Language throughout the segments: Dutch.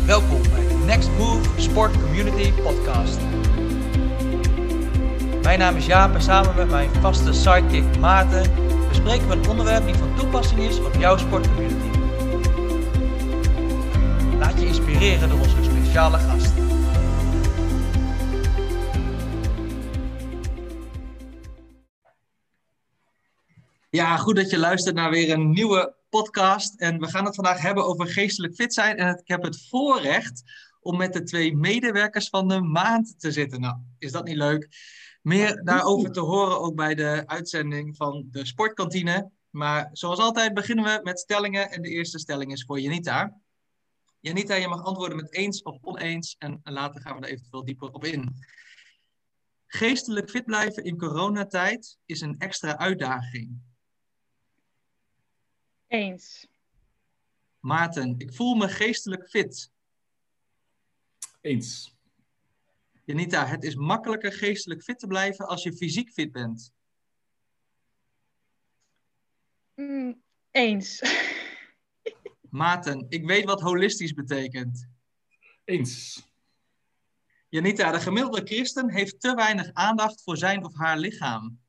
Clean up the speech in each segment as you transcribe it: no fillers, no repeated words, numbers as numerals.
Welkom bij de Next Move Sport Community Podcast. Mijn naam is Jaap en samen met mijn vaste sidekick Maarten bespreken we een onderwerp die van toepassing is op jouw sportcommunity. Laat je inspireren door onze speciale gast. Ja, goed dat je luistert naar weer een nieuwe podcast. En we gaan het vandaag hebben over geestelijk fit zijn. En ik heb het voorrecht om met de 2 medewerkers van de maand te zitten. Nou, is dat niet leuk? Meer daarover te horen ook bij de uitzending van de sportkantine. Maar zoals altijd beginnen we met stellingen. En de eerste stelling is voor Janita. Janita, je mag antwoorden met eens of oneens. En later gaan we er eventueel dieper op in. Geestelijk fit blijven in coronatijd is een extra uitdaging. Eens. Maarten, ik voel me geestelijk fit. Eens. Janita, het is makkelijker geestelijk fit te blijven als je fysiek fit bent. Eens. Maarten, ik weet wat holistisch betekent. Eens. Janita, de gemiddelde christen heeft te weinig aandacht voor zijn of haar lichaam.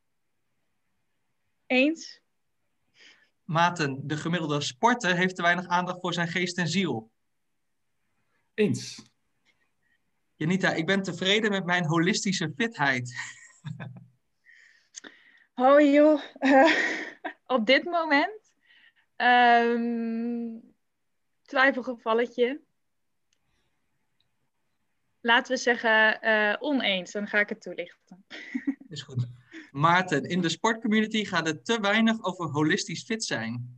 Eens. Maarten, de gemiddelde sporter heeft te weinig aandacht voor zijn geest en ziel. Eens. Janita, ik ben tevreden met mijn holistische fitheid. Oh joh, op dit moment twijfelgevalletje. Laten we zeggen oneens, dan ga ik het toelichten. Is goed. Maarten, in de sportcommunity gaat het te weinig over holistisch fit zijn.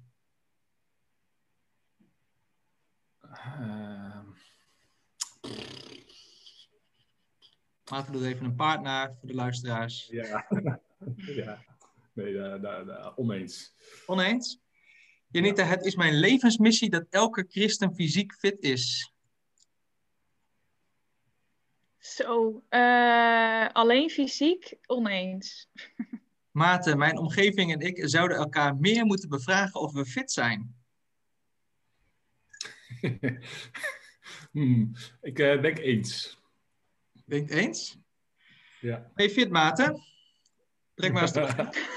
Maarten doet even een paard naar voor de luisteraars. Ja. Ja. Nee, oneens. Oneens? Janita, het is mijn levensmissie dat elke christen fysiek fit is. Zo, alleen fysiek oneens. Maarten, mijn omgeving en ik zouden elkaar meer moeten bevragen of we fit zijn. Ik denk eens. Denk eens? Ja. Ben je fit, Maarten? Trek maar eens terug.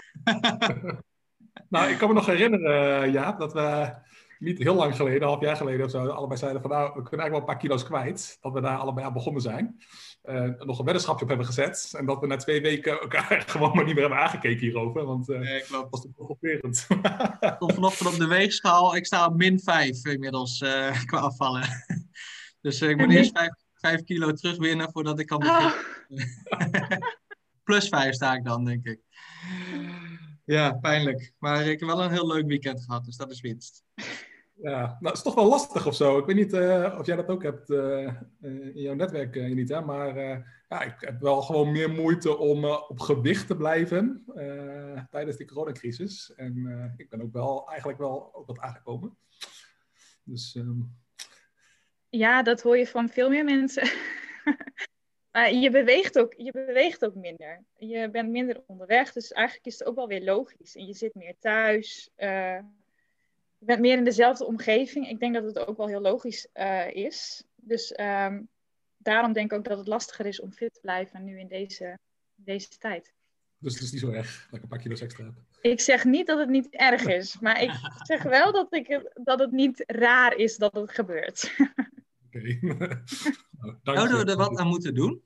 Nou, ik kan me nog herinneren, Jaap, dat we niet heel lang geleden, een half jaar geleden of zo, allebei zeiden van nou, we kunnen eigenlijk wel een paar kilo's kwijt. Dat we daar allebei aan begonnen zijn. Nog een weddenschapje op hebben gezet. En dat we na 2 weken elkaar gewoon maar niet meer hebben aangekeken hierover. Want klopt. dat was toch frapperend. Ik kom vanochtend op de weegschaal. Ik sta op -5 inmiddels qua afvallen. Dus ik moet eerst 5 kilo terugwinnen voordat ik kan beginnen. +5 sta ik dan, denk ik. Ja, pijnlijk. Maar ik heb wel een heel leuk weekend gehad, dus dat is winst. Ja, nou, het is toch wel lastig of zo. Ik weet niet of jij dat ook hebt in jouw netwerk, Janita. Maar ja, ik heb wel gewoon meer moeite om op gewicht te blijven tijdens die coronacrisis. En ik ben ook wel eigenlijk wel ook wat aangekomen. Dus, Ja, dat hoor je van veel meer mensen. Maar je beweegt ook minder. Je bent minder onderweg, dus eigenlijk is het ook wel weer logisch. En je zit meer thuis. Je bent meer in dezelfde omgeving. Ik denk dat het ook wel heel logisch is. Dus daarom denk ik ook dat het lastiger is om fit te blijven nu in deze tijd. dus het is niet zo erg dat ik een paar kilo's extra heb. Ik zeg niet dat het niet erg is, maar ik zeg wel dat het niet raar is dat het gebeurt. Oké. Nou, Zouden we er wat aan moeten doen?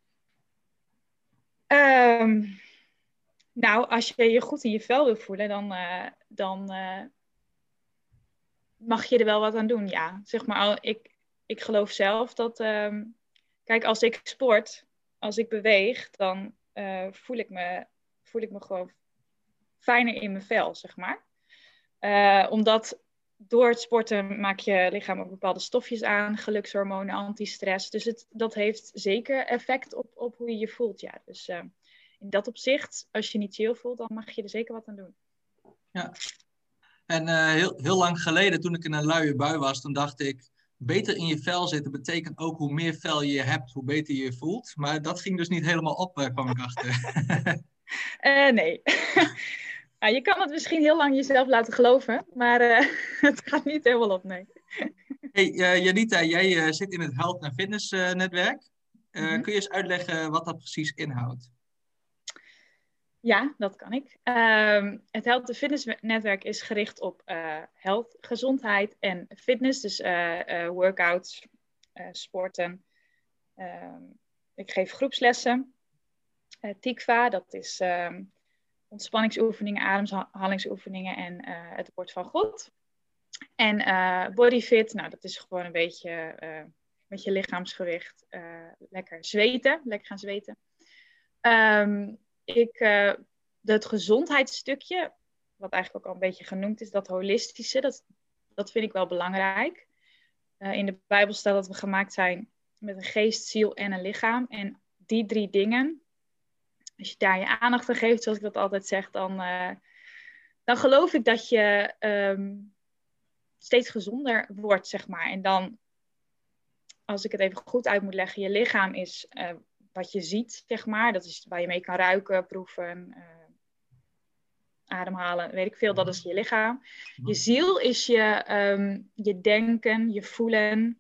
Nou, als je je goed in je vel wil voelen, dan mag je er wel wat aan doen, ja. Zeg maar, ik geloof zelf dat... kijk, als ik sport, als ik beweeg, dan voel ik me gewoon fijner in mijn vel, zeg maar. Omdat door het sporten maak je lichaam ook bepaalde stofjes aan, gelukshormonen, antistress. Dus dat heeft zeker effect op hoe je je voelt, ja. Dus in dat opzicht, als je niet chill voelt, dan mag je er zeker wat aan doen. Ja. En heel lang geleden, toen ik in een luie bui was, toen dacht ik, beter in je vel zitten betekent ook hoe meer vel je hebt, hoe beter je je voelt. Maar dat ging dus niet helemaal op, kwam ik achter. Nee. Nou, je kan het misschien heel lang jezelf laten geloven, maar het gaat niet helemaal op, nee. Hey, Janita, jij zit in het Health en Fitness netwerk. Mhm. Kun je eens uitleggen wat dat precies inhoudt? Ja, dat kan ik. Het Health and Fitness netwerk is gericht op health, gezondheid en fitness. Dus workouts, sporten. Ik geef groepslessen. Tikva, dat is ontspanningsoefeningen, ademhalingsoefeningen en het woord van God. En bodyfit, nou dat is gewoon een beetje met je lichaamsgewicht lekker zweten, lekker gaan zweten. Het gezondheidsstukje, wat eigenlijk ook al een beetje genoemd is, dat holistische, dat vind ik wel belangrijk. In de Bijbel staat dat we gemaakt zijn met een geest, ziel en een lichaam. En die 3 dingen, als je daar je aandacht aan geeft, zoals ik dat altijd zeg, dan geloof ik dat je steeds gezonder wordt, zeg maar. En dan, als ik het even goed uit moet leggen, je lichaam is wat je ziet, zeg maar. Dat is waar je mee kan ruiken, proeven, ademhalen, weet ik veel. Dat is je lichaam. Je ziel is je denken, je voelen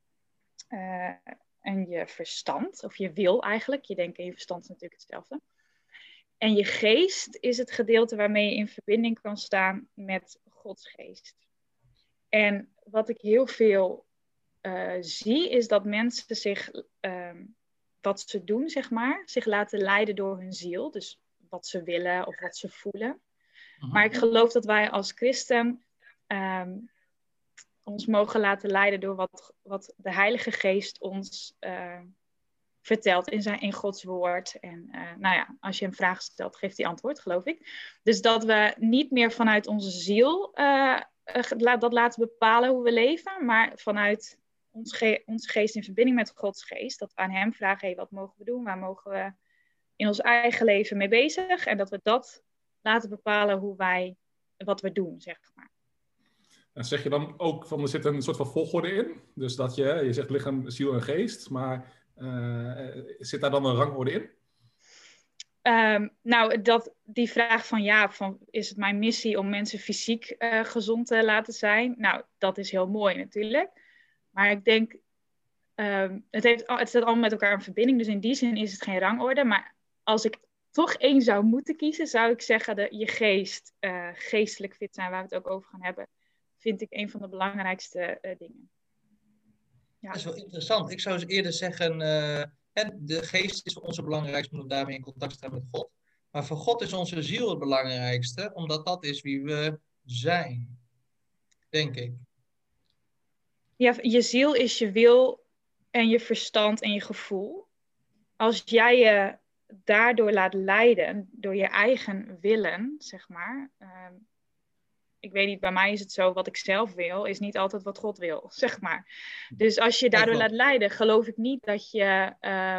en je verstand. Of je wil eigenlijk. Je denken en je verstand is natuurlijk hetzelfde. En je geest is het gedeelte waarmee je in verbinding kan staan met Gods geest. En wat ik heel veel zie, is dat mensen zich, wat ze doen, zeg maar, zich laten leiden door hun ziel. Dus wat ze willen of wat ze voelen. Maar ik geloof dat wij als christen ons mogen laten leiden door wat de Heilige Geest ons vertelt in Gods woord. En nou ja, als je hem vragen stelt, geeft hij antwoord, geloof ik. Dus dat we niet meer vanuit onze ziel dat laten bepalen hoe we leven, maar vanuit onze geest in verbinding met Gods geest. Dat we aan hem vragen, hey, wat mogen we doen? Waar mogen we in ons eigen leven mee bezig? En dat we dat laten bepalen wat we doen, zeg maar. En zeg je dan ook van er zit een soort van volgorde in? Dus dat je zegt lichaam, ziel en geest, maar zit daar dan een rangorde in? Nou, die vraag van is het mijn missie om mensen fysiek gezond te laten zijn? Nou, dat is heel mooi natuurlijk. Maar ik denk, het staat allemaal met elkaar in verbinding. Dus in die zin is het geen rangorde. Maar als ik toch één zou moeten kiezen, zou ik zeggen je geest, geestelijk fit zijn, waar we het ook over gaan hebben, vind ik een van de belangrijkste dingen. Ja. Dat is wel interessant. Ik zou eens eerder zeggen, de geest is voor ons het belangrijkste, omdat we daarmee in contact staan met God. Maar voor God is onze ziel het belangrijkste, omdat dat is wie we zijn. Denk ik. Ja, je ziel is je wil en je verstand en je gevoel. Als jij je daardoor laat leiden, door je eigen willen, zeg maar. Ik weet niet, bij mij is het zo, wat ik zelf wil, is niet altijd wat God wil, zeg maar. Dus als je daardoor laat leiden, geloof ik niet dat je...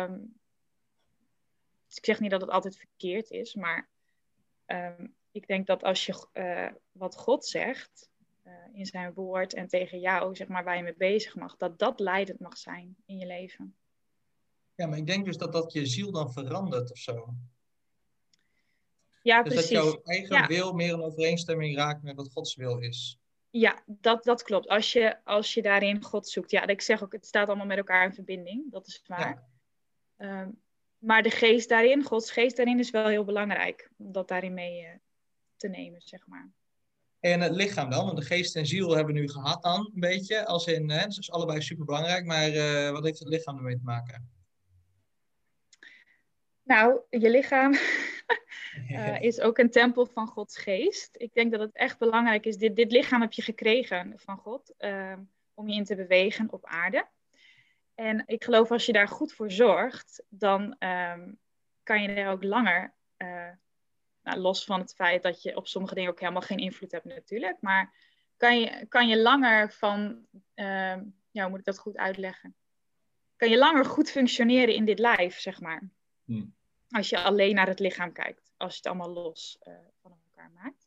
Dus ik zeg niet dat het altijd verkeerd is, maar ik denk dat als je wat God zegt in zijn woord en tegen jou, zeg maar, waar je mee bezig mag, dat leidend mag zijn in je leven. Ja, maar ik denk dus dat je ziel dan verandert of zo. Ja, dus precies. Dat jouw eigen wil meer in overeenstemming raakt met wat Gods wil is. Ja, dat klopt. Als je daarin God zoekt. Ja, ik zeg ook, het staat allemaal met elkaar in verbinding. Dat is waar. Ja. Maar de geest daarin, Gods geest daarin, is wel heel belangrijk. Om dat daarin mee te nemen, zeg maar. En het lichaam dan? Want de geest en ziel hebben we nu gehad dan, een beetje. Als in, dat is allebei super belangrijk. Maar wat heeft het lichaam ermee te maken? Nou, je lichaam is ook een tempel van Gods geest. Ik denk dat het echt belangrijk is. Dit lichaam heb je gekregen van God. Om je in te bewegen op aarde. En ik geloof als je daar goed voor zorgt, dan kan je er ook langer, los van het feit dat je op sommige dingen ook helemaal geen invloed hebt natuurlijk, maar kan je langer van, hoe moet ik dat goed uitleggen? Kan je langer goed functioneren in dit lijf, zeg maar. Als je alleen naar het lichaam kijkt, als je het allemaal los van elkaar maakt.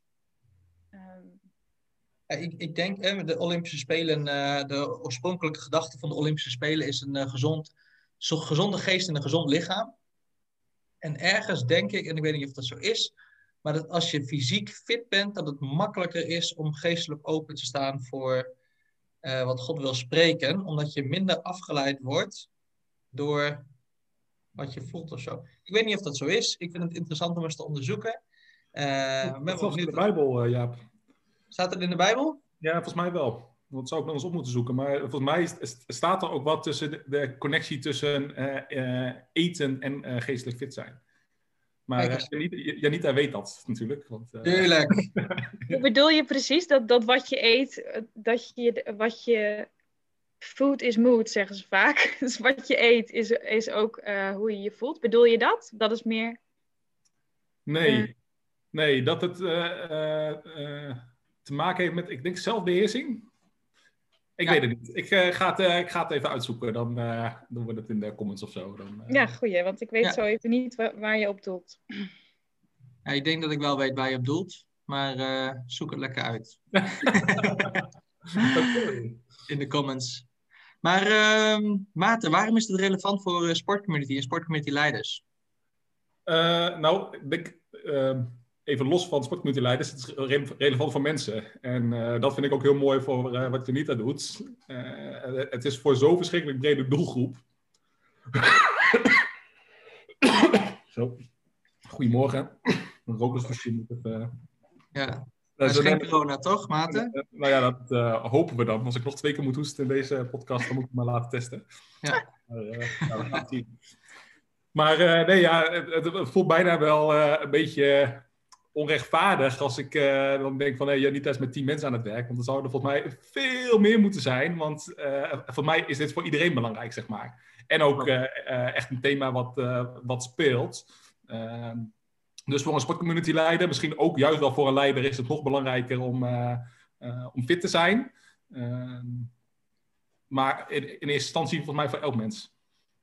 Ik denk, de Olympische Spelen, de oorspronkelijke gedachte van de Olympische Spelen is een gezonde geest en een gezond lichaam. En ergens denk ik, en ik weet niet of dat zo is, maar dat als je fysiek fit bent, dat het makkelijker is om geestelijk open te staan voor wat God wil spreken, omdat je minder afgeleid wordt door wat je voelt of zo. Ik weet niet of dat zo is. Ik vind het interessant om eens te onderzoeken. Dat is zelfs in de Bijbel, Jaap. Staat het in de Bijbel? Ja, volgens mij wel. Dat zou ik nog eens op moeten zoeken. Maar volgens mij staat er ook wat tussen de connectie tussen eten en geestelijk fit zijn. Maar Janita weet dat natuurlijk. Want, Tuurlijk. Hoe bedoel je precies dat wat je eet, wat je... Food is mood, zeggen ze vaak. Dus wat je eet is ook hoe je je voelt. Bedoel je dat? Dat is meer... Nee, dat het te maken heeft met, ik denk, zelfbeheersing. Ik weet het niet. Ik ga het even uitzoeken. Dan doen we het in de comments of zo. Ja, goeie. Want ik weet zo even niet waar je op doelt. Ja, ik denk dat ik wel weet waar je op doelt. Maar zoek het lekker uit. In de comments. Maar Maarten, waarom is het relevant voor sportcommunity en sportcommunity-leiders? Nou, ik denk, even los van sportcommunity-leiders, het is relevant voor mensen. En dat vind ik ook heel mooi voor wat Janita doet. Het is voor zo'n verschrikkelijk brede doelgroep. Zo. Goedemorgen. Een rokersmachine. Ja. Dat is geen corona, toch, Maarten? Nou ja, dat hopen we dan. Als ik nog 2 keer moet hoesten in deze podcast, dan moet ik me laten testen. Ja. Dat gaat zien. Maar nee, ja, het voelt bijna wel een beetje onrechtvaardig als ik dan denk van, Janita is met 10 mensen aan het werk. Want dan zou er volgens mij veel meer moeten zijn. Want voor mij is dit voor iedereen belangrijk, zeg maar. En ook echt een thema wat speelt. Dus voor een sportcommunity-leider, misschien ook juist wel voor een leider, is het nog belangrijker om fit te zijn. Maar in eerste instantie volgens mij voor elk mens.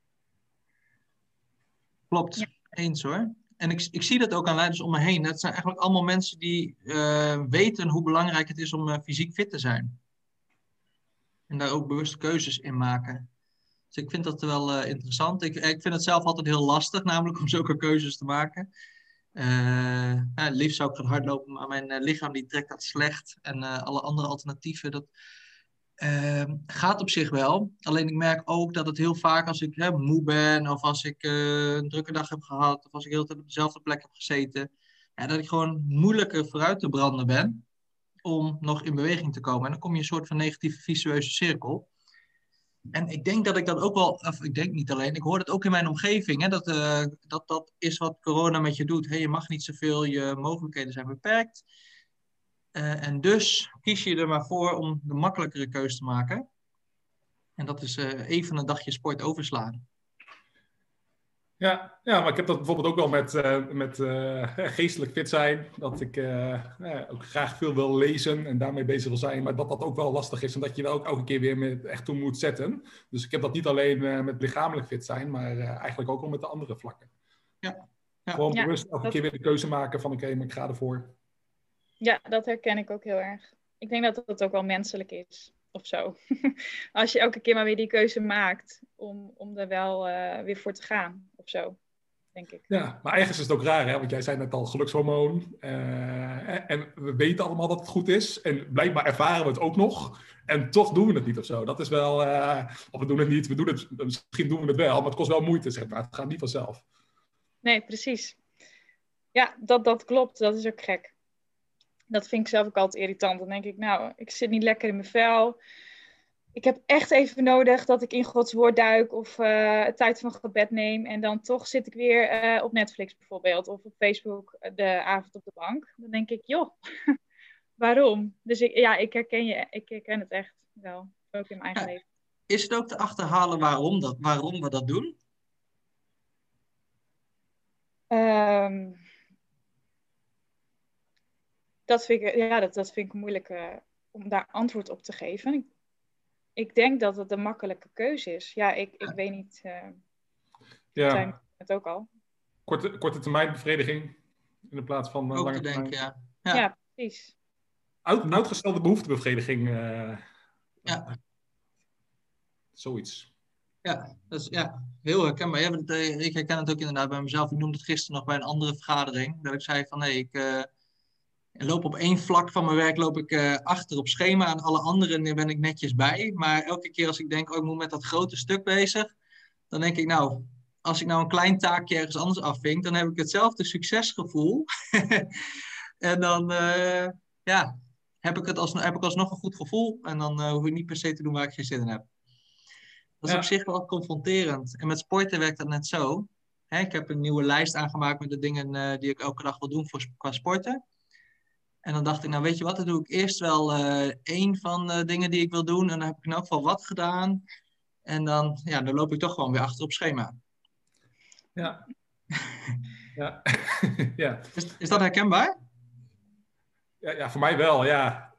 Klopt, ja. Eens hoor. En ik zie dat ook aan leiders om me heen. Dat zijn eigenlijk allemaal mensen die weten hoe belangrijk het is om fysiek fit te zijn. En daar ook bewuste keuzes in maken. Dus ik vind dat wel interessant. Ik vind het zelf altijd heel lastig, namelijk om zulke keuzes te maken. Het liefst zou ik gaan hardlopen, maar mijn lichaam die trekt dat slecht. En alle andere alternatieven, dat gaat op zich wel. Alleen ik merk ook dat het heel vaak als ik moe ben, of als ik een drukke dag heb gehad, of als ik de hele tijd op dezelfde plek heb gezeten, dat ik gewoon moeilijker vooruit te branden ben om nog in beweging te komen. En dan kom je in een soort van negatieve visueuze cirkel. En ik denk dat ik dat ook wel, of ik denk niet alleen, ik hoor het ook in mijn omgeving, hè, dat is wat corona met je doet. Hey, je mag niet zoveel, je mogelijkheden zijn beperkt. En dus kies je er maar voor om de makkelijkere keuze te maken. En dat is even een dagje sport overslaan. Ja, maar ik heb dat bijvoorbeeld ook wel met geestelijk fit zijn. Dat ik ook graag veel wil lezen en daarmee bezig wil zijn. Maar dat ook wel lastig is en dat je er ook elke keer weer echt toe moet zetten. Dus ik heb dat niet alleen met lichamelijk fit zijn, maar eigenlijk ook al met de andere vlakken. Ja. Gewoon bewust elke keer weer de keuze maken van maar ik ga ervoor. Ja, dat herken ik ook heel erg. Ik denk dat het ook wel menselijk is. Of zo. Als je elke keer maar weer die keuze maakt om er wel weer voor te gaan. Of zo, denk ik. Ja, maar ergens is het ook raar, hè? Want jij zei net al gelukshormoon. En we weten allemaal dat het goed is. En blijkbaar ervaren we het ook nog. En toch doen we het niet of zo. Dat is wel... of we doen het niet, misschien doen we het wel. Maar het kost wel moeite, zeg maar. Het gaat niet vanzelf. Nee, precies. Ja, dat klopt. Dat is ook gek. Dat vind ik zelf ook altijd irritant. Dan denk ik, nou, ik zit niet lekker in mijn vel. Ik heb echt even nodig dat ik in Gods woord duik of tijd van gebed neem. En dan toch zit ik weer op Netflix bijvoorbeeld. Of op Facebook de avond op de bank. Dan denk ik, joh, waarom? Dus ik herken het echt wel. Ook in mijn eigen leven. Is het ook te achterhalen waarom we dat doen? Dat vind ik moeilijk om daar antwoord op te geven. Ik denk dat het een makkelijke keuze is. Ja, ik weet niet. Ja. Zijn het ook al. Korte termijn bevrediging in de plaats van ook lange te termijn. denken, ja, precies. Uitgestelde behoeftebevrediging. Ja. Zoiets. Ja, dat is heel herkenbaar. Ik herken het ook inderdaad bij mezelf. Ik noemde het gisteren nog bij een andere vergadering. Dat ik zei van, loop op één vlak van mijn werk loop ik achter op schema. En alle anderen ben ik netjes bij. Maar elke keer als ik denk, ik moet met dat grote stuk bezig. Dan denk ik, nou, als ik nou een klein taakje ergens anders afvink. Dan heb ik hetzelfde succesgevoel. En dan heb ik alsnog een goed gevoel. En dan hoef ik niet per se te doen waar ik geen zin in heb. Dat is op zich wel confronterend. En met sporten werkt dat net zo. Ik heb een nieuwe lijst aangemaakt met de dingen die ik elke dag wil doen qua sporten. En dan dacht ik, nou weet je wat, dan doe ik eerst wel één van de dingen die ik wil doen. En dan heb ik in elk geval wat gedaan. En dan loop ik toch gewoon weer achter op schema. Ja. Ja. Ja. Is dat herkenbaar? Ja, voor mij wel, ja.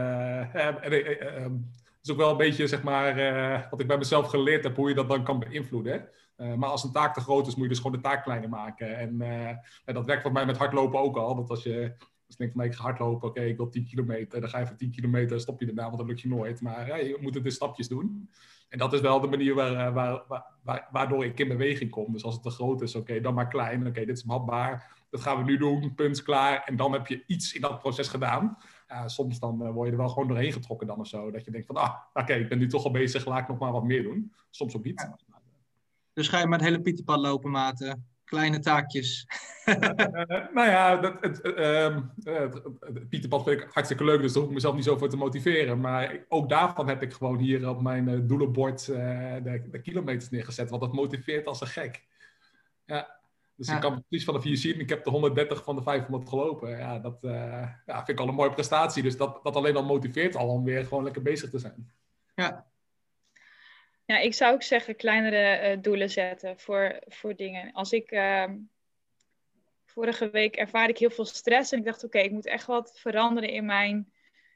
Het is ook wel een beetje, zeg maar, wat ik bij mezelf geleerd heb, hoe je dat dan kan beïnvloeden. Maar als een taak te groot is, moet je dus gewoon de taak kleiner maken. En dat werkt voor mij met hardlopen ook al. Dat als je denkt van, ik ga hardlopen, oké, ik wil 10 kilometer. Dan ga je voor 10 kilometer, stop je daarna, want dan lukt je nooit. Maar je moet het in stapjes doen. En dat is wel de manier waardoor ik in beweging kom. Dus als het te groot is, oké, dan maar klein. Oké, dit is hapbaar. Dat gaan we nu doen, punt, klaar. En dan heb je iets in dat proces gedaan. Soms dan word je er wel gewoon doorheen getrokken dan of zo. Dat je denkt van, oké, ik ben nu toch al bezig, laat ik nog maar wat meer doen. Soms ook niet. Ja. Dus ga je met hele pietenpad lopen, maten. Kleine taakjes. Nou ja, het pietenpad vind ik hartstikke leuk, dus daar hoef ik mezelf niet zo voor te motiveren. Maar ook daarvan heb ik gewoon hier op mijn doelenbord de kilometers neergezet, want dat motiveert als een gek. Ja. Dus ik kan precies van de 4 zien, ik heb de 130 van de 500 gelopen. Ja, dat vind ik al een mooie prestatie. Dus dat alleen al motiveert al om weer gewoon lekker bezig te zijn. Ja. Ja, ik zou ook zeggen kleinere doelen zetten voor dingen. Als ik vorige week ervaarde ik heel veel stress en ik dacht, oké, ik moet echt wat veranderen in mijn,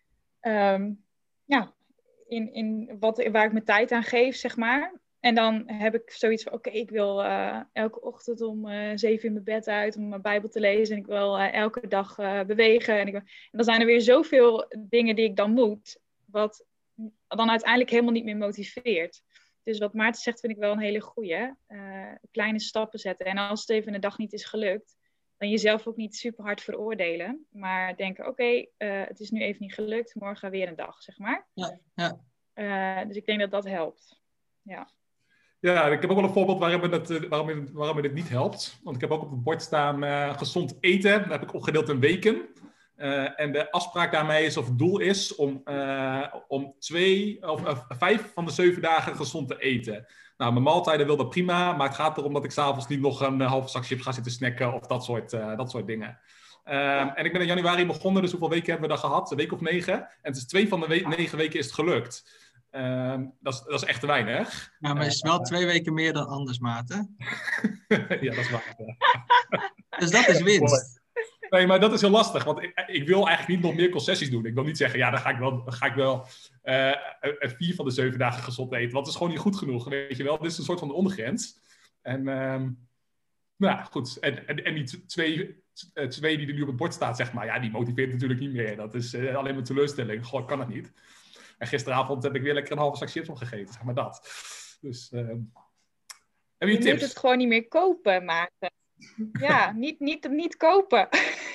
waar ik mijn tijd aan geef, zeg maar. En dan heb ik zoiets van, oké, ik wil elke ochtend om 7 in mijn bed uit om mijn Bijbel te lezen. En ik wil elke dag bewegen. En dan zijn er weer zoveel dingen die ik dan moet, wat dan uiteindelijk helemaal niet meer motiveert. Dus wat Maarten zegt vind ik wel een hele goeie. Kleine stappen zetten. En als het even een dag niet is gelukt, dan jezelf ook niet super hard veroordelen. Maar denken, oké, het is nu even niet gelukt. Morgen weer een dag, zeg maar. Ja. Dus ik denk dat dat helpt. Ja. Ja, ik heb ook wel een voorbeeld waarom het niet helpt. Want ik heb ook op het bord staan gezond eten. Dat heb ik opgedeeld in weken. En de afspraak daarmee is, of het doel is, om 5 van de 7 dagen gezond te eten. Nou, mijn maaltijden wil dat prima, maar het gaat erom dat ik 's avonds niet nog een halve zak chips ga zitten snacken of dat soort dingen. En ik ben in januari begonnen, dus hoeveel weken hebben we dat gehad? Een week of 9. En het is 2 van de 9 weken is het gelukt. Dat is echt te weinig. Ja, maar het is wel 2 weken meer dan anders, Maarten. Ja, dat is waar. Ja. Dus dat is winst. Nee, maar dat is heel lastig, want ik wil eigenlijk niet nog meer concessies doen. Ik wil niet zeggen, ja, dan ga ik wel 4 van de 7 dagen gezond eten. Want het is gewoon niet goed genoeg, weet je wel. Dit is een soort van de ondergrens. En nou goed, en die twee die er nu op het bord staat, zeg maar, ja, die motiveert natuurlijk niet meer. Dat is alleen maar teleurstelling. Goh, kan het niet. En gisteravond heb ik weer lekker een halve zak chips opgegeten, zeg maar dat. Dus, heb je Je tips? moet het gewoon niet meer kopen, Maarten. Ja, niet kopen.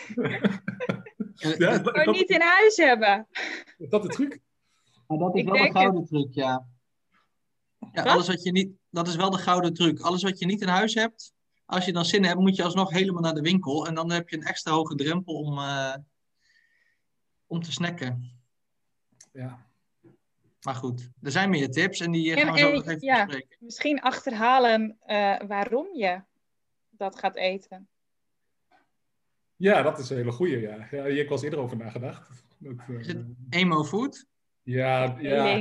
Ja, Gewoon niet in huis hebben. Is dat de truc? Maar dat is Ik wel de denk gouden truc, ja. Ja, Wat? alles wat je niet, dat is wel de gouden truc. Alles wat je niet in huis hebt, als je dan zin hebt, moet je alsnog helemaal naar de winkel. En dan heb je een extra hoge drempel om te snacken. Ja. Maar goed, er zijn meer tips en die gaan we zo nog even bespreken. Misschien achterhalen waarom je dat gaat eten. Ja, dat is een hele goeie, ja. Ja, hier heb ik wel eens eerder over nagedacht. Is het emo food? Ja,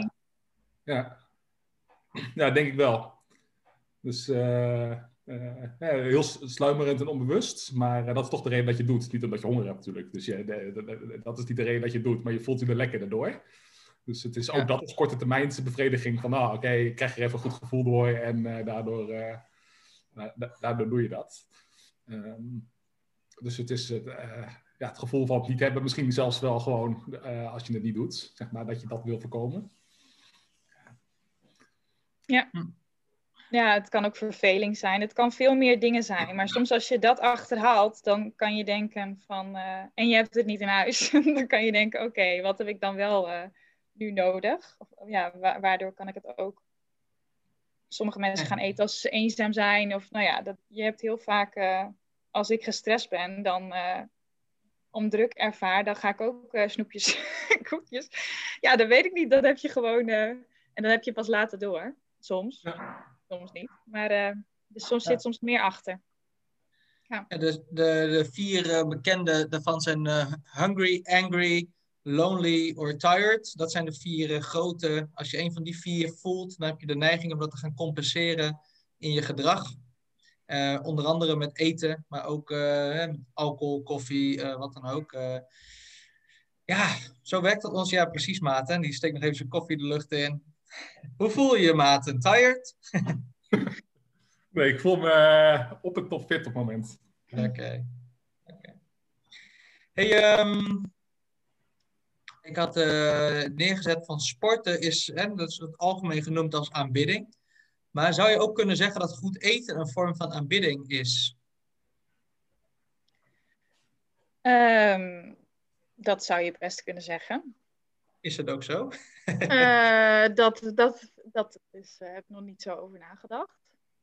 denk ik wel. Dus heel sluimerend en onbewust, maar dat is toch de reden dat je het doet. Niet omdat je honger hebt natuurlijk. Dus dat is niet de reden dat je het doet, maar je voelt je er lekker daardoor. Dus het is ook dat is korte termijnse bevrediging van, oké, ik krijg er even een goed gevoel door en daardoor doe je dat. Dus het is het gevoel van het niet hebben, misschien zelfs wel gewoon als je het niet doet, zeg maar, dat je dat wil voorkomen. Ja. Ja, het kan ook verveling zijn. Het kan veel meer dingen zijn. Maar soms als je dat achterhaalt, dan kan je denken van... en je hebt het niet in huis. Dan kan je denken, oké, wat heb ik dan wel nu nodig? Of ja, waardoor kan ik het ook... Sommige mensen gaan eten als ze eenzaam zijn. Of nou ja, je hebt heel vaak... als ik gestrest ben, dan... om druk ervaar, dan ga ik ook snoepjes, koekjes. Ja, dat weet ik niet. Dat heb je gewoon... en dan heb je pas later door. Soms. Ja. Soms niet. Maar dus soms zit soms meer achter. Ja. Ja, de 4 bekende daarvan zijn hungry, angry, lonely or tired. Dat zijn de 4 grote. Als je een van die 4 voelt, dan heb je de neiging om dat te gaan compenseren in je gedrag. Onder andere met eten, maar ook alcohol, koffie, wat dan ook. Ja, zo werkt dat ons. Ja, precies, Maarten. Die steekt nog even zijn koffie de lucht in. Hoe voel je je, Maarten? Tired? Nee, ik voel me op het top fit op het moment. Oké. Hey, ik had neergezet van sporten is, dat is het algemeen genoemd als aanbidding. Maar zou je ook kunnen zeggen dat goed eten een vorm van aanbidding is? Dat zou je best kunnen zeggen. Is het ook zo? Dat is, heb ik nog niet zo over nagedacht.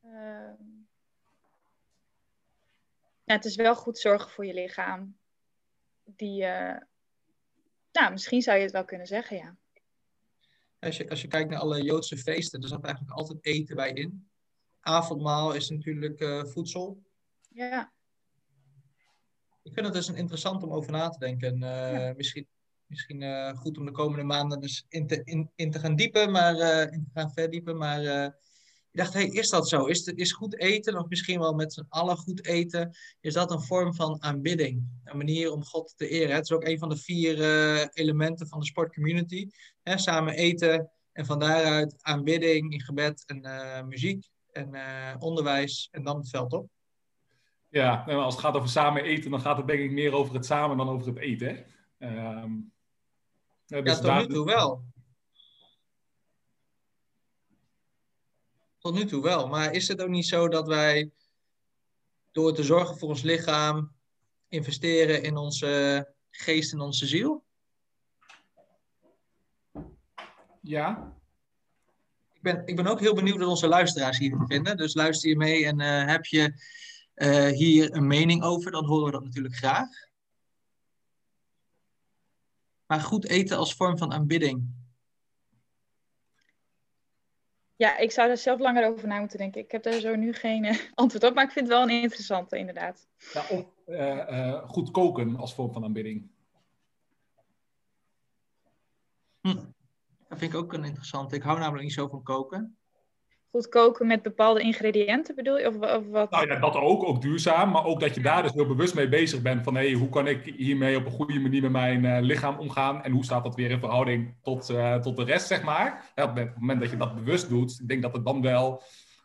Ja, het is wel goed zorgen voor je lichaam. Nou, misschien zou je het wel kunnen zeggen, ja. Als je kijkt naar alle Joodse feesten, er zat eigenlijk altijd eten bij in. Avondmaal is natuurlijk voedsel. Ja. Ik vind het dus interessant om over na te denken. Ja. Misschien goed om de komende maanden dus in te gaan diepen, in te gaan verdiepen. Maar ik dacht, hey, is dat zo? Is goed eten, of misschien wel met z'n allen goed eten, is dat een vorm van aanbidding? Een manier om God te eren. Het is ook een van de 4 elementen van de sportcommunity. Samen eten en van daaruit aanbidding in gebed en muziek en onderwijs en dan het veld op. Ja, nou, als het gaat over samen eten, dan gaat het denk ik meer over het samen dan over het eten. Dus tot nu toe wel. Tot nu toe wel. Maar is het ook niet zo dat wij door te zorgen voor ons lichaam investeren in onze geest en onze ziel? Ja. Ik ben ook heel benieuwd wat onze luisteraars hiervan vinden. Dus luister je mee en heb je hier een mening over, dan horen we dat natuurlijk graag. Maar goed eten als vorm van aanbidding. Ja, ik zou daar zelf langer over na moeten denken. Ik heb daar zo nu geen antwoord op, maar ik vind het wel een interessante, inderdaad. Ja, of goed koken als vorm van aanbidding. Dat vind ik ook een interessante. Ik hou namelijk niet zo van koken. Goed koken met bepaalde ingrediënten bedoel je? Of wat? Nou ja, dat ook duurzaam. Maar ook dat je daar dus heel bewust mee bezig bent. Van hoe kan ik hiermee op een goede manier met mijn lichaam omgaan? En hoe staat dat weer in verhouding tot de rest, zeg maar. Op het moment dat je dat bewust doet, ik denk dat het dan wel...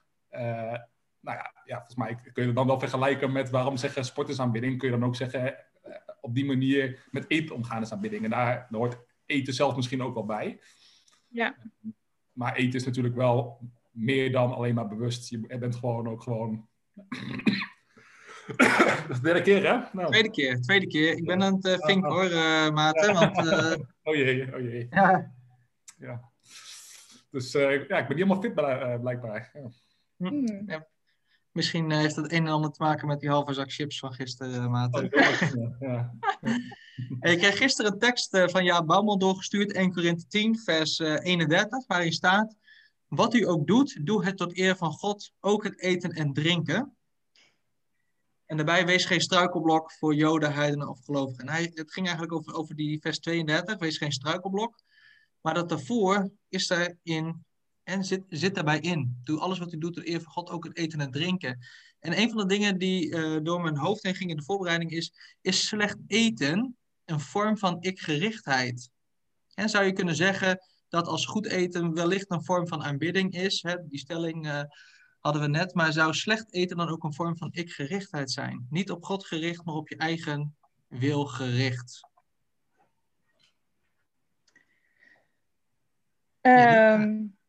volgens mij kun je het dan wel vergelijken met waarom zeggen sport is aanbidding. Kun je dan ook zeggen, op die manier met eten omgaan is aanbidding. En daar hoort eten zelf misschien ook wel bij. Ja. Maar eten is natuurlijk wel meer dan alleen maar bewust. Je bent gewoon... Dat is de derde keer, hè? Nou. Tweede keer. Ik ben aan het vinken, hoor, Maarten. Want, Oh jee. Ja. Dus ik ben niet helemaal fit blijkbaar. Ja. Ja. Misschien heeft het een en ander te maken met die halve zak chips van gisteren, Maarten. Ja. Ik kreeg gisteren een tekst van Jaap Bouwman doorgestuurd, 1 Korinthe 10, vers 31, waarin staat: wat u ook doet, doe het tot eer van God, ook het eten en drinken. En daarbij wees geen struikelblok voor Joden, heidenen of gelovigen. En het ging eigenlijk over die vers 32, wees geen struikelblok. Maar dat daarvoor is daarin en zit daarbij in. Doe alles wat u doet tot eer van God, ook het eten en drinken. En een van de dingen die door mijn hoofd heen ging in de voorbereiding is slecht eten een vorm van ikgerichtheid. En zou je kunnen zeggen dat als goed eten wellicht een vorm van aanbidding is. Hè? Die stelling hadden we net. Maar zou slecht eten dan ook een vorm van ikgerichtheid zijn? Niet op God gericht, maar op je eigen wil gericht.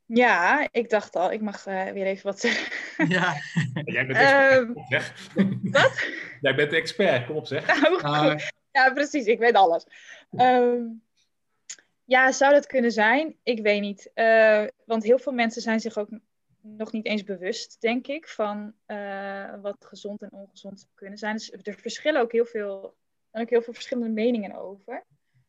Ja, ik dacht al, ik mag weer even wat zeggen. Ja. Jij bent expert, kom op, zeg. Wat? Jij bent de expert, kom op zeg. Nou, Nou, ja, precies, ik weet alles. Ja, zou dat kunnen zijn? Ik weet niet. Want heel veel mensen zijn zich ook nog niet eens bewust, denk ik, van wat gezond en ongezond zou kunnen zijn. Dus er verschillen ook heel veel verschillende meningen over.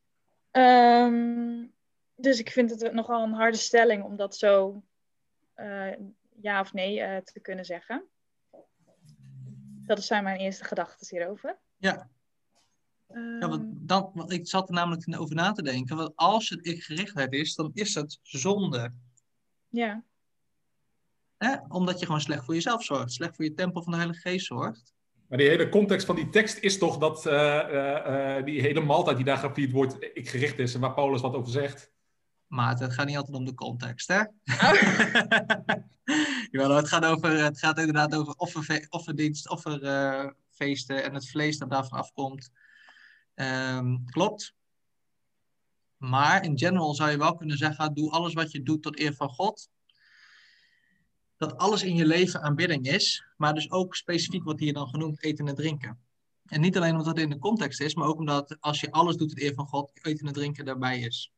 Dus ik vind het nogal een harde stelling om dat zo ja of nee te kunnen zeggen. Dat zijn mijn eerste gedachten hierover. ja. Ja, want ik zat er namelijk over na te denken. Want als het ik-gerichtheid is, dan is het zonde. Ja. Omdat je gewoon slecht voor jezelf zorgt. Slecht voor je tempel van de Heilige Geest zorgt. Maar die hele context van die tekst is toch dat die hele maaltijd die daar gevierd wordt, ik gericht is en waar Paulus wat over zegt. Maar het gaat niet altijd om de context, hè? Oh. Jawel, het gaat inderdaad over offerdienst, offerfeesten en het vlees dat daarvan afkomt. Klopt. Maar in general zou je wel kunnen zeggen, doe alles wat je doet tot eer van God. Dat alles in je leven aanbidding is, maar dus ook specifiek wat hier dan genoemd, eten en drinken. En niet alleen omdat het in de context is, maar ook omdat als je alles doet tot eer van God, eten en drinken daarbij is.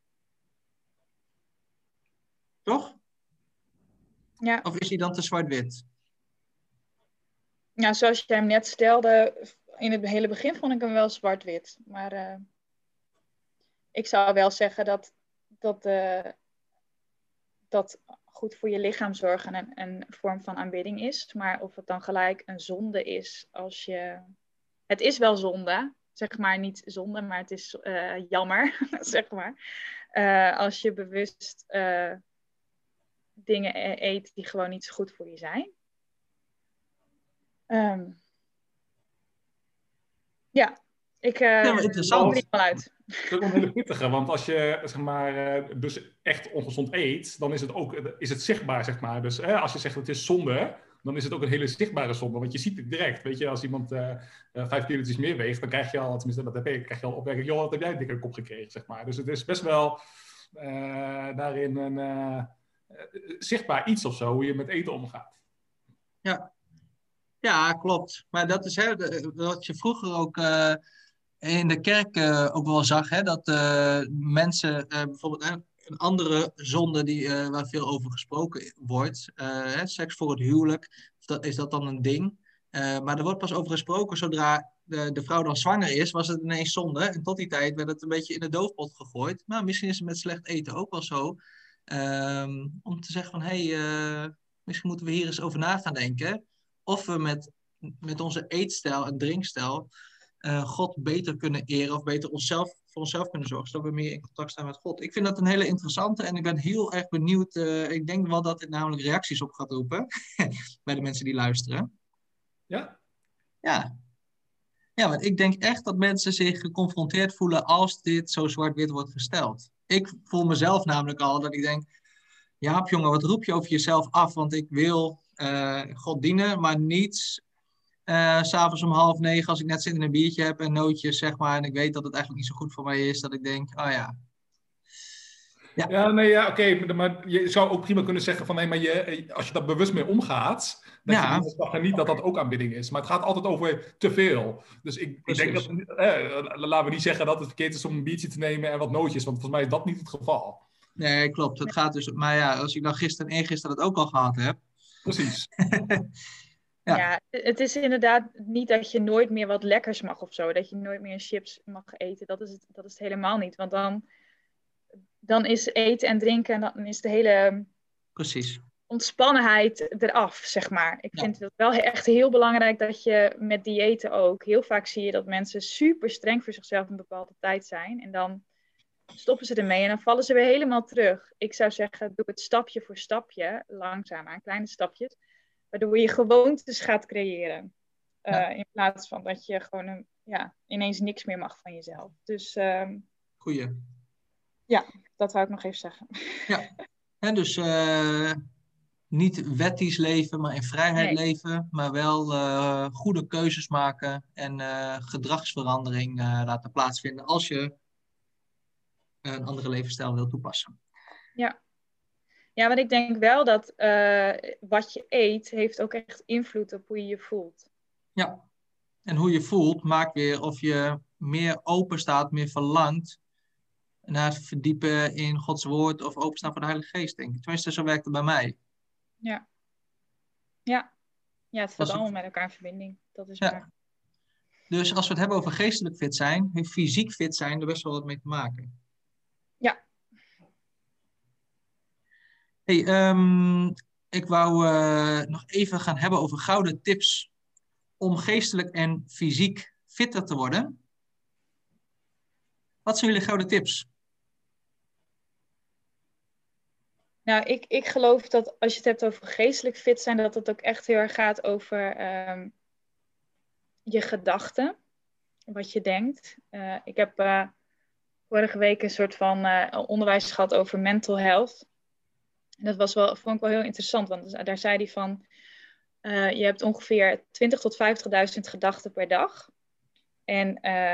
Toch? Ja. Of is hij dan te zwart-wit? Ja, zoals je hem net stelde, in het hele begin vond ik hem wel zwart-wit. Maar ik zou wel zeggen dat goed voor je lichaam zorgen een vorm van aanbidding is. Maar of het dan gelijk een zonde is als je... Het is wel zonde, zeg maar niet zonde, maar het is jammer, zeg maar. Als je bewust dingen eet die gewoon niet zo goed voor je zijn. Ja, ik maar interessant. er wel uit. Dat is ook een hele pittige, want als je zeg maar, dus echt ongezond eet, dan is het zichtbaar, zeg maar. Dus als je zegt het is zonde, dan is het ook een hele zichtbare zonde, want je ziet het direct. Weet je, als iemand 5 kilo's meer weegt, dan krijg je al, tenminste dat heb ik, krijg je al opmerking, joh, wat heb jij een dikke kop gekregen, zeg maar. Dus het is best wel daarin een zichtbaar iets of zo, hoe je met eten omgaat. Ja, klopt. Maar dat is wat je vroeger ook in de kerk ook wel zag, hè, dat mensen bijvoorbeeld een andere zonde waar veel over gesproken wordt, seks voor het huwelijk, is dat dan een ding? Maar er wordt pas over gesproken zodra de vrouw dan zwanger is, was het ineens zonde. En tot die tijd werd het een beetje in de doofpot gegooid. Maar misschien is het met slecht eten ook wel zo. Om te zeggen van, misschien moeten we hier eens over na gaan denken. Of we met onze eetstijl en drinkstijl God beter kunnen eren of beter voor onszelf kunnen zorgen, zodat we meer in contact staan met God. Ik vind dat een hele interessante en ik ben heel erg benieuwd. Ik denk wel dat dit namelijk reacties op gaat roepen bij de mensen die luisteren. Ja? Ja. Ja, want ik denk echt dat mensen zich geconfronteerd voelen als dit zo zwart-wit wordt gesteld. Ik voel mezelf namelijk al dat ik denk, Jaap jongen, wat roep je over jezelf af? Want ik wil God dienen, maar niet 's'avonds om 8:30 als ik net zin in een biertje heb en nootjes, zeg maar. En ik weet dat het eigenlijk niet zo goed voor mij is, dat ik denk, oh ja. Ja, nee, ja, oké, maar je zou ook prima kunnen zeggen van, nee, maar als je daar bewust mee omgaat, dat je niet dat dat ook aanbidding is. Maar het gaat altijd over te veel. Dus ik denk dat, laten we niet zeggen dat het verkeerd is om een biertje te nemen en wat nootjes, want volgens mij is dat niet het geval. Nee, klopt. Het gaat dus, maar ja, als ik dan gisteren en eergisteren dat ook al gehad heb. Precies. Ja, het is inderdaad niet dat je nooit meer wat lekkers mag of zo. Dat je nooit meer chips mag eten. Dat is het helemaal niet. Want dan is eten en drinken en dan is de hele ontspannenheid eraf, zeg maar. Ik vind het wel echt heel belangrijk dat je met diëten ook... Heel vaak zie je dat mensen super streng voor zichzelf een bepaalde tijd zijn. En dan stoppen ze ermee en dan vallen ze weer helemaal terug. Ik zou zeggen, doe het stapje voor stapje, langzaam aan, kleine stapjes. Waardoor je gewoontes gaat creëren. In plaats van dat je gewoon ineens niks meer mag van jezelf. Dus goeie. Ja, dat wou ik nog even zeggen. Ja, en dus niet wettisch leven, maar in vrijheid leven. Maar wel goede keuzes maken en gedragsverandering laten plaatsvinden als je een andere levensstijl wil toepassen. Ja. Ja, want ik denk wel dat wat je eet heeft ook echt invloed op hoe je je voelt. Ja. En hoe je voelt maakt weer of je meer open staat, meer verlangt naar het verdiepen in Gods woord of openstaan voor de Heilige Geest, denk ik. Tenminste, zo werkt het bij mij. Ja. Ja. Ja, het staat Als ik- allemaal met elkaar in verbinding. Dat is Ja. waar. Dus als we het hebben over geestelijk fit zijn, heeft fysiek fit zijn er best wel wat mee te maken. Ja. Hey, ik wou nog even gaan hebben over gouden tips om geestelijk en fysiek fitter te worden. Wat zijn jullie gouden tips? Nou, ik geloof dat als je het hebt over geestelijk fit zijn, dat het ook echt heel erg gaat over je gedachten. Wat je denkt. Ik heb vorige week een soort van onderwijs gehad over mental health. En dat vond ik wel heel interessant, want daar zei hij van, je hebt ongeveer 20.000 tot 50.000 gedachten per dag. En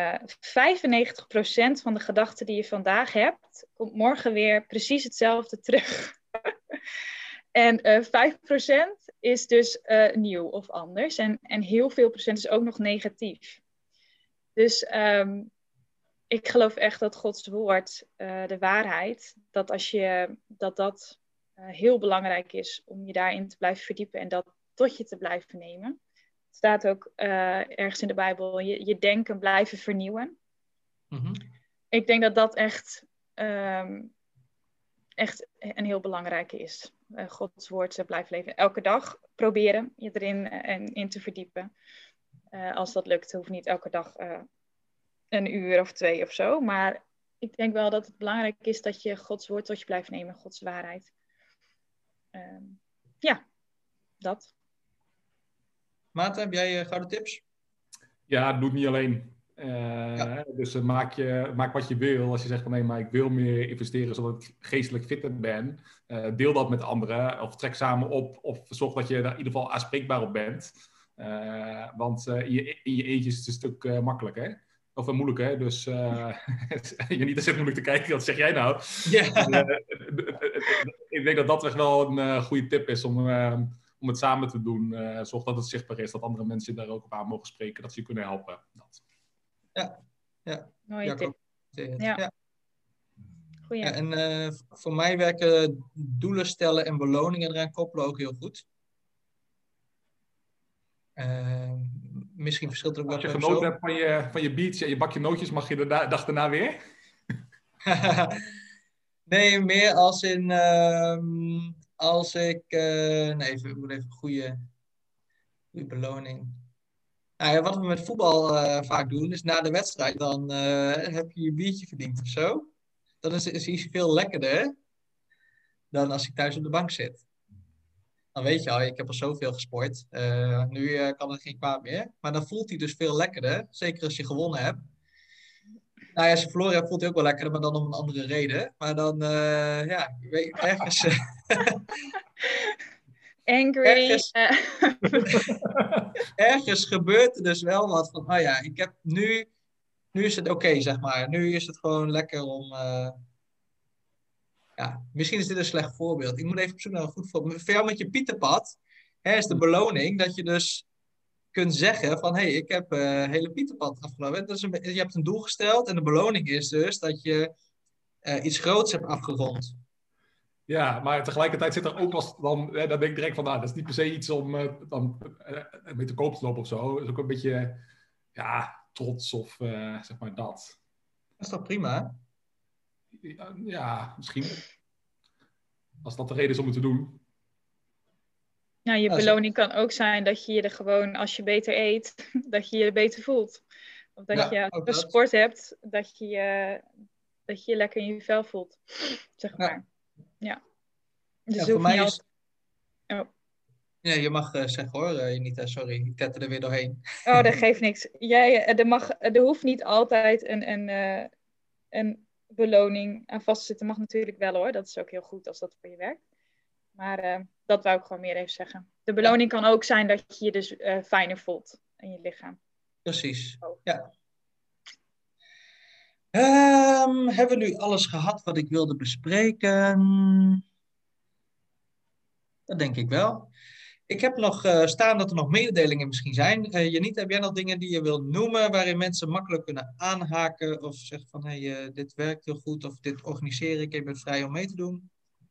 95% van de gedachten die je vandaag hebt, komt morgen weer precies hetzelfde terug. En 5% is dus nieuw of anders. En heel veel procent is ook nog negatief. Dus ik geloof echt dat Gods woord, de waarheid, dat dat heel belangrijk is om je daarin te blijven verdiepen en dat tot je te blijven nemen. Het staat ook ergens in de Bijbel, je denken blijven vernieuwen. Mhm. Ik denk dat dat echt een heel belangrijke is. Gods woord blijven leven. Elke dag proberen je erin in te verdiepen. Als dat lukt, hoeft niet elke dag een uur of 2 of zo. Maar ik denk wel dat het belangrijk is dat je Gods woord tot je blijft nemen. Gods waarheid. Ja, dat. Maarten, heb jij gouden tips? Ja, doe het niet alleen. Ja. Dus maak wat je wil. Als je zegt van nee, maar ik wil meer investeren zodat ik geestelijk fitter ben. Deel dat met anderen. Of trek samen op. Of zorg dat je daar in ieder geval aanspreekbaar op bent. Want in je eentje is het een stuk makkelijker. Hè? Of moeilijk, hè? Dus je niet te moeilijk te kijken. Wat zeg jij nou? Ja. Ik denk dat dat echt wel een goede tip is om het samen te doen. Zorg dat het zichtbaar is, dat andere mensen daar ook op aan mogen spreken, dat ze je kunnen helpen. Dat. Ja. Mooie Ja, tip. ja. Ja. Goeie. Ja, en voor mij werken doelen stellen en beloningen eraan koppelen ook heel goed. Misschien verschilt het ook wel Als je per genoten persoon. hebt van je beach en je bakje nootjes, mag je de dag daarna weer? Nee, meer als in als ik nee, ik moet even een goede beloning. Nou ja, wat we met voetbal vaak doen, is na de wedstrijd dan heb je je biertje verdiend of zo. Dat is iets veel lekkerder dan als ik thuis op de bank zit. Dan weet je al, ik heb al zoveel gesport. Nu kan het geen kwaad meer. Maar dan voelt hij dus veel lekkerder. Zeker als je gewonnen hebt. Nou ja, als je verloren hebt, voelt hij ook wel lekkerder, maar dan om een andere reden. Maar dan, ja, ergens, Angry. ergens, ergens gebeurt er dus wel wat van, oh ja, ik heb nu is het oké, zeg maar. Nu is het gewoon lekker om, ja, misschien is dit een slecht voorbeeld. Ik moet even op zoek naar een goed voorbeeld. Voor jou met je pietenpad, hè, is de beloning dat je dus kunt zeggen van, hé, ik heb hele pietenpad afgelopen. Dat is je hebt een doel gesteld en de beloning is dus dat je iets groots hebt afgerond. Ja, maar tegelijkertijd zit er ook als dan denk ik direct van, nou, dat is niet per se iets om mee te koop te lopen of zo. Dat is ook een beetje, ja, trots of zeg maar dat. Dat is toch prima? Ja, misschien. Als dat de reden is om het te doen. Nou, je Ja, beloning kan ook zijn dat je je er gewoon, als je beter eet, dat je je beter voelt. Of dat je, als ook je dat. sport hebt, dat je je lekker in je vel voelt. Zeg maar. Ja. Dus Ja, het voor hoeft niet mij is... altijd... Oh. Ja, je mag zeggen hoor, Janita, sorry. Ik tette er weer doorheen. Oh, dat geeft niks. Er hoeft niet altijd een beloning aan vast te zitten. Mag natuurlijk wel hoor. Dat is ook heel goed als dat voor je werkt. Maar dat wou ik gewoon meer even zeggen. De beloning kan ook zijn dat je je dus fijner voelt in je lichaam. Precies, Oh. ja. Hebben we nu alles gehad wat ik wilde bespreken? Dat denk ik wel. Ik heb nog staan dat er nog mededelingen misschien zijn. Janita, heb jij nog dingen die je wilt noemen waarin mensen makkelijk kunnen aanhaken of zeggen van hey, dit werkt heel goed of dit organiseer ik, je bent vrij om mee te doen?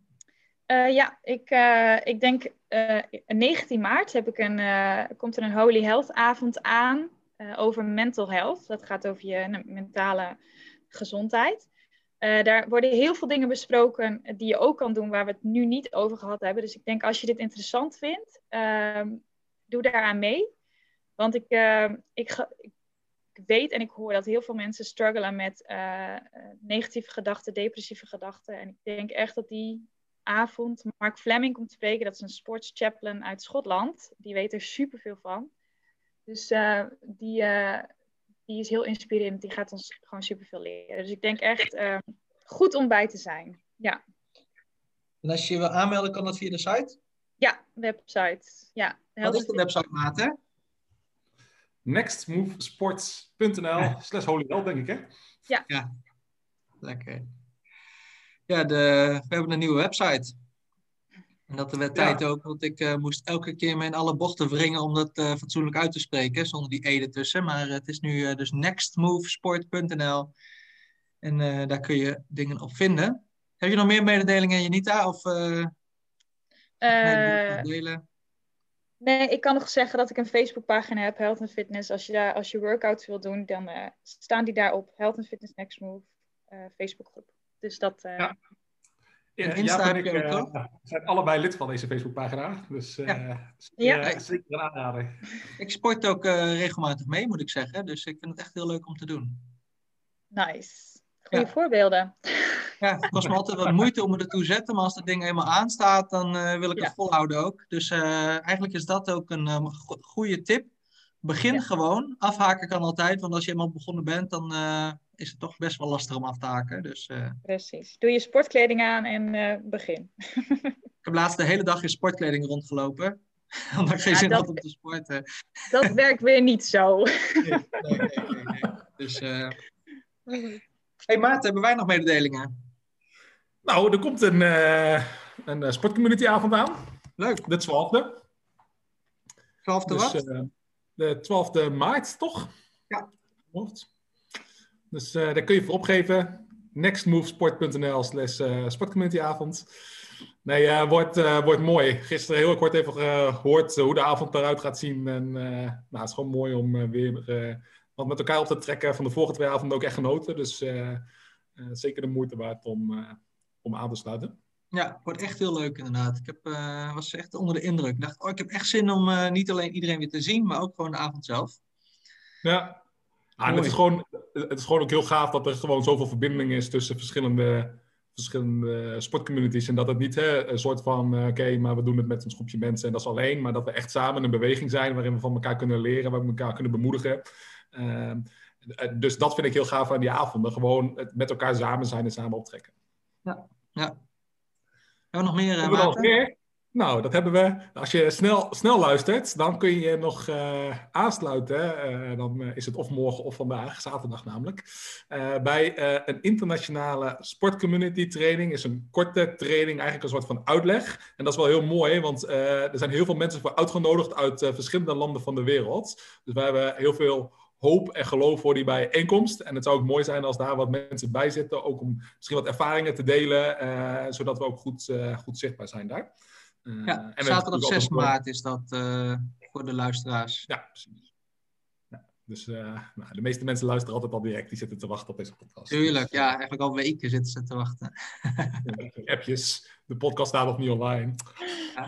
Ik denk 19 maart komt er een Holy Health avond aan over mental health. Dat gaat over je mentale gezondheid. Daar worden heel veel dingen besproken die je ook kan doen waar we het nu niet over gehad hebben. Dus ik denk als je dit interessant vindt, doe daaraan mee. Want ik weet en ik hoor dat heel veel mensen struggelen met negatieve gedachten, depressieve gedachten. En ik denk echt dat die avond Mark Fleming komt spreken. Dat is een sports chaplain uit Schotland. Die weet er superveel van. Dus die is heel inspirerend. Die gaat ons gewoon superveel leren. Dus ik denk echt goed om bij te zijn. Ja. En als je je wil aanmelden, kan dat via de site? Ja, website. Ja, wat is de website, Maarten? nextmovesports.nl/holyhealth, denk ik, hè? Ja. Lekker. Ja, we hebben een nieuwe website. En dat werd tijd ook, want ik moest elke keer me in alle bochten wringen om dat fatsoenlijk uit te spreken, zonder die e ertussen. Maar het is nu dus nextmovesport.nl en daar kun je dingen op vinden. Heb je nog meer mededelingen, Janita? Of delen? Nee, ik kan nog zeggen dat ik een Facebookpagina heb, Health and Fitness. Als je workouts wil doen, dan staan die daarop. Health and Fitness Next Move, Facebookgroep. Dus dat... Insta heb je ook, toch? We zijn allebei lid van deze Facebookpagina. Dus zeker een aanrader. Ik sport ook regelmatig mee, moet ik zeggen. Dus ik vind het echt heel leuk om te doen. Nice. Goeie voorbeelden. Ja, het kost me altijd wat moeite om me ertoe te zetten. Maar als dat ding helemaal aanstaat, dan wil ik het volhouden ook. Dus eigenlijk is dat ook een goede tip. Begin gewoon. Afhaken kan altijd. Want als je eenmaal begonnen bent, dan is het toch best wel lastig om af te haken. Dus, precies. Doe je sportkleding aan en begin. Ik heb laatst de hele dag in sportkleding rondgelopen. Omdat ik geen zin had om te sporten. Dat werkt weer niet zo. Nee. Dus, hey Maarten, hebben wij nog mededelingen? Nou, er komt een sportcommunity avond aan. Leuk. De 12e. 12e dus, wat? De 12e maart, toch? Ja. Dus daar kun je voor opgeven. nextmovesport.nl/sportcommunityavond. Nee, wordt mooi. Gisteren heel kort even gehoord hoe de avond eruit gaat zien. En het is gewoon mooi om weer wat met elkaar op te trekken. Van de vorige 2 avonden ook echt genoten. Dus zeker de moeite waard om aan te sluiten. Ja, wordt echt heel leuk inderdaad. Ik was echt onder de indruk. Ik dacht, ik heb echt zin om niet alleen iedereen weer te zien, maar ook gewoon de avond zelf. Ja, en het is gewoon ook heel gaaf dat er gewoon zoveel verbinding is tussen verschillende sportcommunities. En dat het niet een soort van, oké, maar we doen het met een groepje mensen en dat is alleen. Maar dat we echt samen een beweging zijn waarin we van elkaar kunnen leren, waar we elkaar kunnen bemoedigen. Dus dat vind ik heel gaaf aan die avonden. Gewoon met elkaar samen zijn en samen optrekken. Ja. Hebben we nog meer? Hebben we nog meer? Nou, dat hebben we. Als je snel luistert, dan kun je nog aansluiten. Dan is het of morgen of vandaag, zaterdag namelijk. Bij een internationale sportcommunity training. Is een korte training, eigenlijk een soort van uitleg. En dat is wel heel mooi, want er zijn heel veel mensen voor uitgenodigd uit verschillende landen van de wereld. Dus wij hebben heel veel hoop en geloof voor die bijeenkomst. En het zou ook mooi zijn als daar wat mensen bij zitten. Ook om misschien wat ervaringen te delen. Zodat we ook goed zichtbaar zijn daar. En zaterdag 6 maart is dat voor de luisteraars. Ja, precies. Ja, dus de meeste mensen luisteren altijd al direct. Die zitten te wachten op deze podcast. Tuurlijk, ja. Eigenlijk al weken zitten ze te wachten. Appjes. De podcast staat nog niet online. Ja.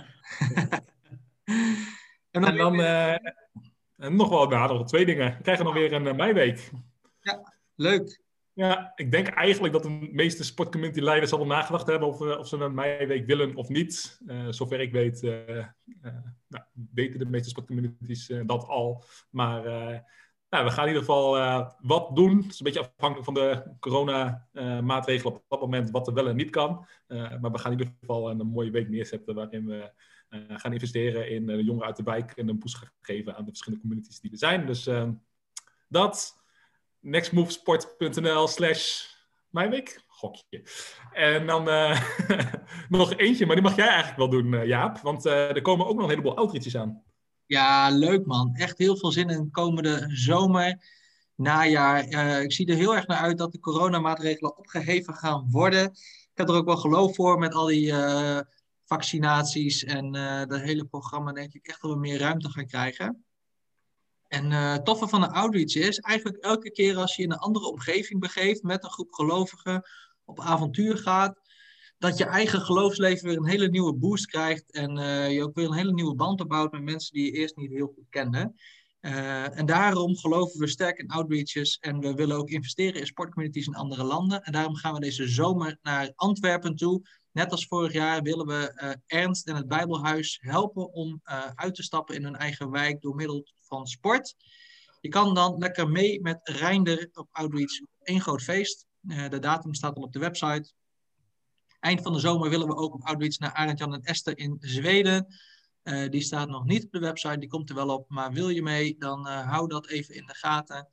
en dan... nog wel, nog 2 dingen. We krijgen nog weer een meiweek. Ja, leuk. Ja, ik denk eigenlijk dat de meeste sportcommunity leiders al nagedacht hebben of ze een meiweek willen of niet. Zover ik weet, weten de meeste sportcommunities dat al. Maar we gaan in ieder geval wat doen. Het is een beetje afhankelijk van de corona-maatregelen op dat moment, wat er wel en niet kan. Maar we gaan in ieder geval een mooie week neerzetten waarin we gaan investeren in de jongeren uit de wijk en een boost gaan geven aan de verschillende communities die er zijn. Dus dat... nextmovesport.nl/mijnweek. Gokje. En dan nog eentje, maar die mag jij eigenlijk wel doen, Jaap. Want er komen ook nog een heleboel outreaches aan. Ja, leuk man. Echt heel veel zin in komende zomer, najaar. Ik zie er heel erg naar uit dat de coronamaatregelen opgeheven gaan worden. Ik heb er ook wel geloof voor met al die vaccinaties en dat hele programma denk ik echt dat we meer ruimte gaan krijgen. En het toffe van de outreach is eigenlijk elke keer als je in een andere omgeving begeeft met een groep gelovigen op avontuur gaat, dat je eigen geloofsleven weer een hele nieuwe boost krijgt en je ook weer een hele nieuwe band opbouwt met mensen die je eerst niet heel goed kende. En daarom geloven we sterk in outreaches en we willen ook investeren in sportcommunities in andere landen. En daarom gaan we deze zomer naar Antwerpen toe. Net als vorig jaar willen we Ernst en het Bijbelhuis helpen om uit te stappen in hun eigen wijk door middel van sport. Je kan dan lekker mee met Reinder op outreach. Eén groot feest. De datum staat al op de website. Eind van de zomer willen we ook op outreach naar Arend-Jan en Esther in Zweden. Die staat nog niet op de website, die komt er wel op. Maar wil je mee, dan hou dat even in de gaten.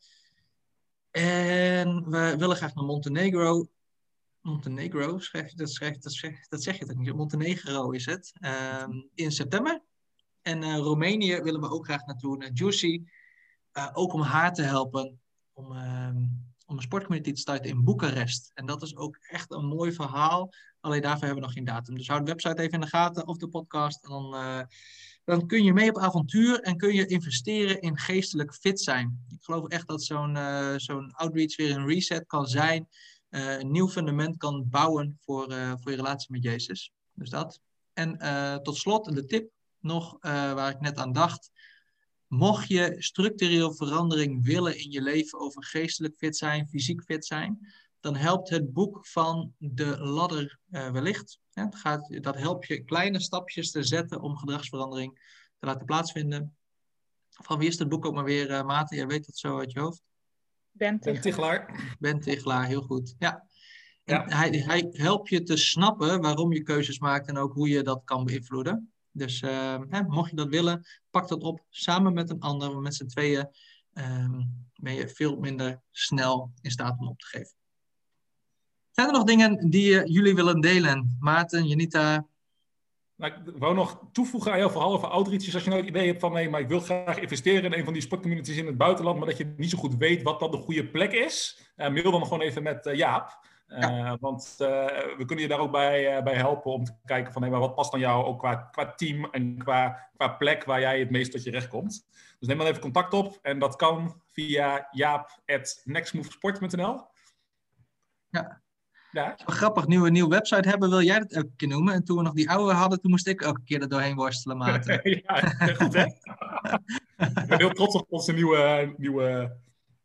En we willen graag naar Montenegro. Montenegro, dat zeg je toch niet? Montenegro is het. In september. En Roemenië willen we ook graag naartoe, naar Juicy. Ook om haar te helpen. Om een sportcommunity te starten in Boekarest. En dat is ook echt een mooi verhaal. Alleen daarvoor hebben we nog geen datum. Dus hou de website even in de gaten of de podcast. En dan kun je mee op avontuur en kun je investeren in geestelijk fit zijn. Ik geloof echt dat zo'n outreach weer een reset kan zijn. Een nieuw fundament kan bouwen voor je relatie met Jezus. Dus dat. En tot slot de tip nog waar ik net aan dacht. Mocht je structureel verandering willen in je leven over geestelijk fit zijn, fysiek fit zijn, dan helpt het boek van de ladder wellicht. Dat helpt je kleine stapjes te zetten om gedragsverandering te laten plaatsvinden. Van wie is het boek ook maar weer, Maarten? Jij weet het zo uit je hoofd. Ben Tichelaar. Ben Tichelaar, heel goed. Ja. En hij helpt je te snappen waarom je keuzes maakt en ook hoe je dat kan beïnvloeden. Dus mocht je dat willen, pak dat op samen met een ander. Want met z'n tweeën ben je veel minder snel in staat om op te geven. Zijn er nog dingen die jullie willen delen? Maarten, Janita? Nou, ik wou nog toevoegen aan jouw verhaal over outreaches. Als je nou het idee hebt van nee, maar ik wil graag investeren in een van die sportcommunities in het buitenland, maar dat je niet zo goed weet wat dan de goede plek is. Mail dan gewoon even met Jaap. Want we kunnen je daar ook bij helpen om te kijken van maar wat past dan jou ook qua team en qua plek waar jij het meest tot je recht komt. Dus neem dan even contact op en dat kan via jaap@nextmovesport.nl. Ja. Grappig, nieuwe website hebben. Wil jij dat elke keer noemen? En toen we nog die oude hadden, toen moest ik elke keer er doorheen worstelen, Maarten. Ja, goed hè? Ik ben heel trots op onze nieuwe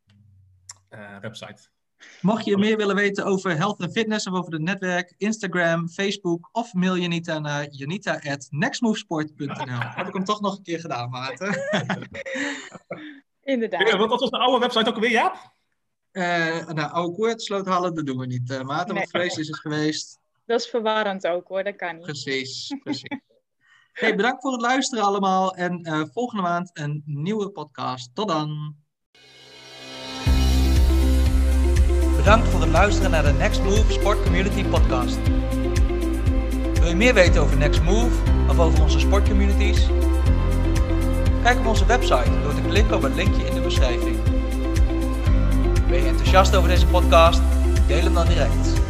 website. Mocht je meer willen weten over health en fitness of over het netwerk, Instagram, Facebook of mail Janita naar janita@nextmovesport.nl. Heb ik hem toch nog een keer gedaan, Maarten? Inderdaad. Wat was de oude website ook alweer, Jaap? Oude Koortsloothallen, dat doen we niet. Maarten, wat vreselijk is het geweest. Dat is verwarrend ook hoor, dat kan niet. Precies. Hey, bedankt voor het luisteren allemaal en volgende maand een nieuwe podcast. Tot dan! Bedankt voor het luisteren naar de Next Move Sport Community Podcast. Wil je meer weten over Next Move of over onze sportcommunities? Kijk op onze website door te klikken op het linkje in de beschrijving. Ben je enthousiast over deze podcast? Deel hem dan direct.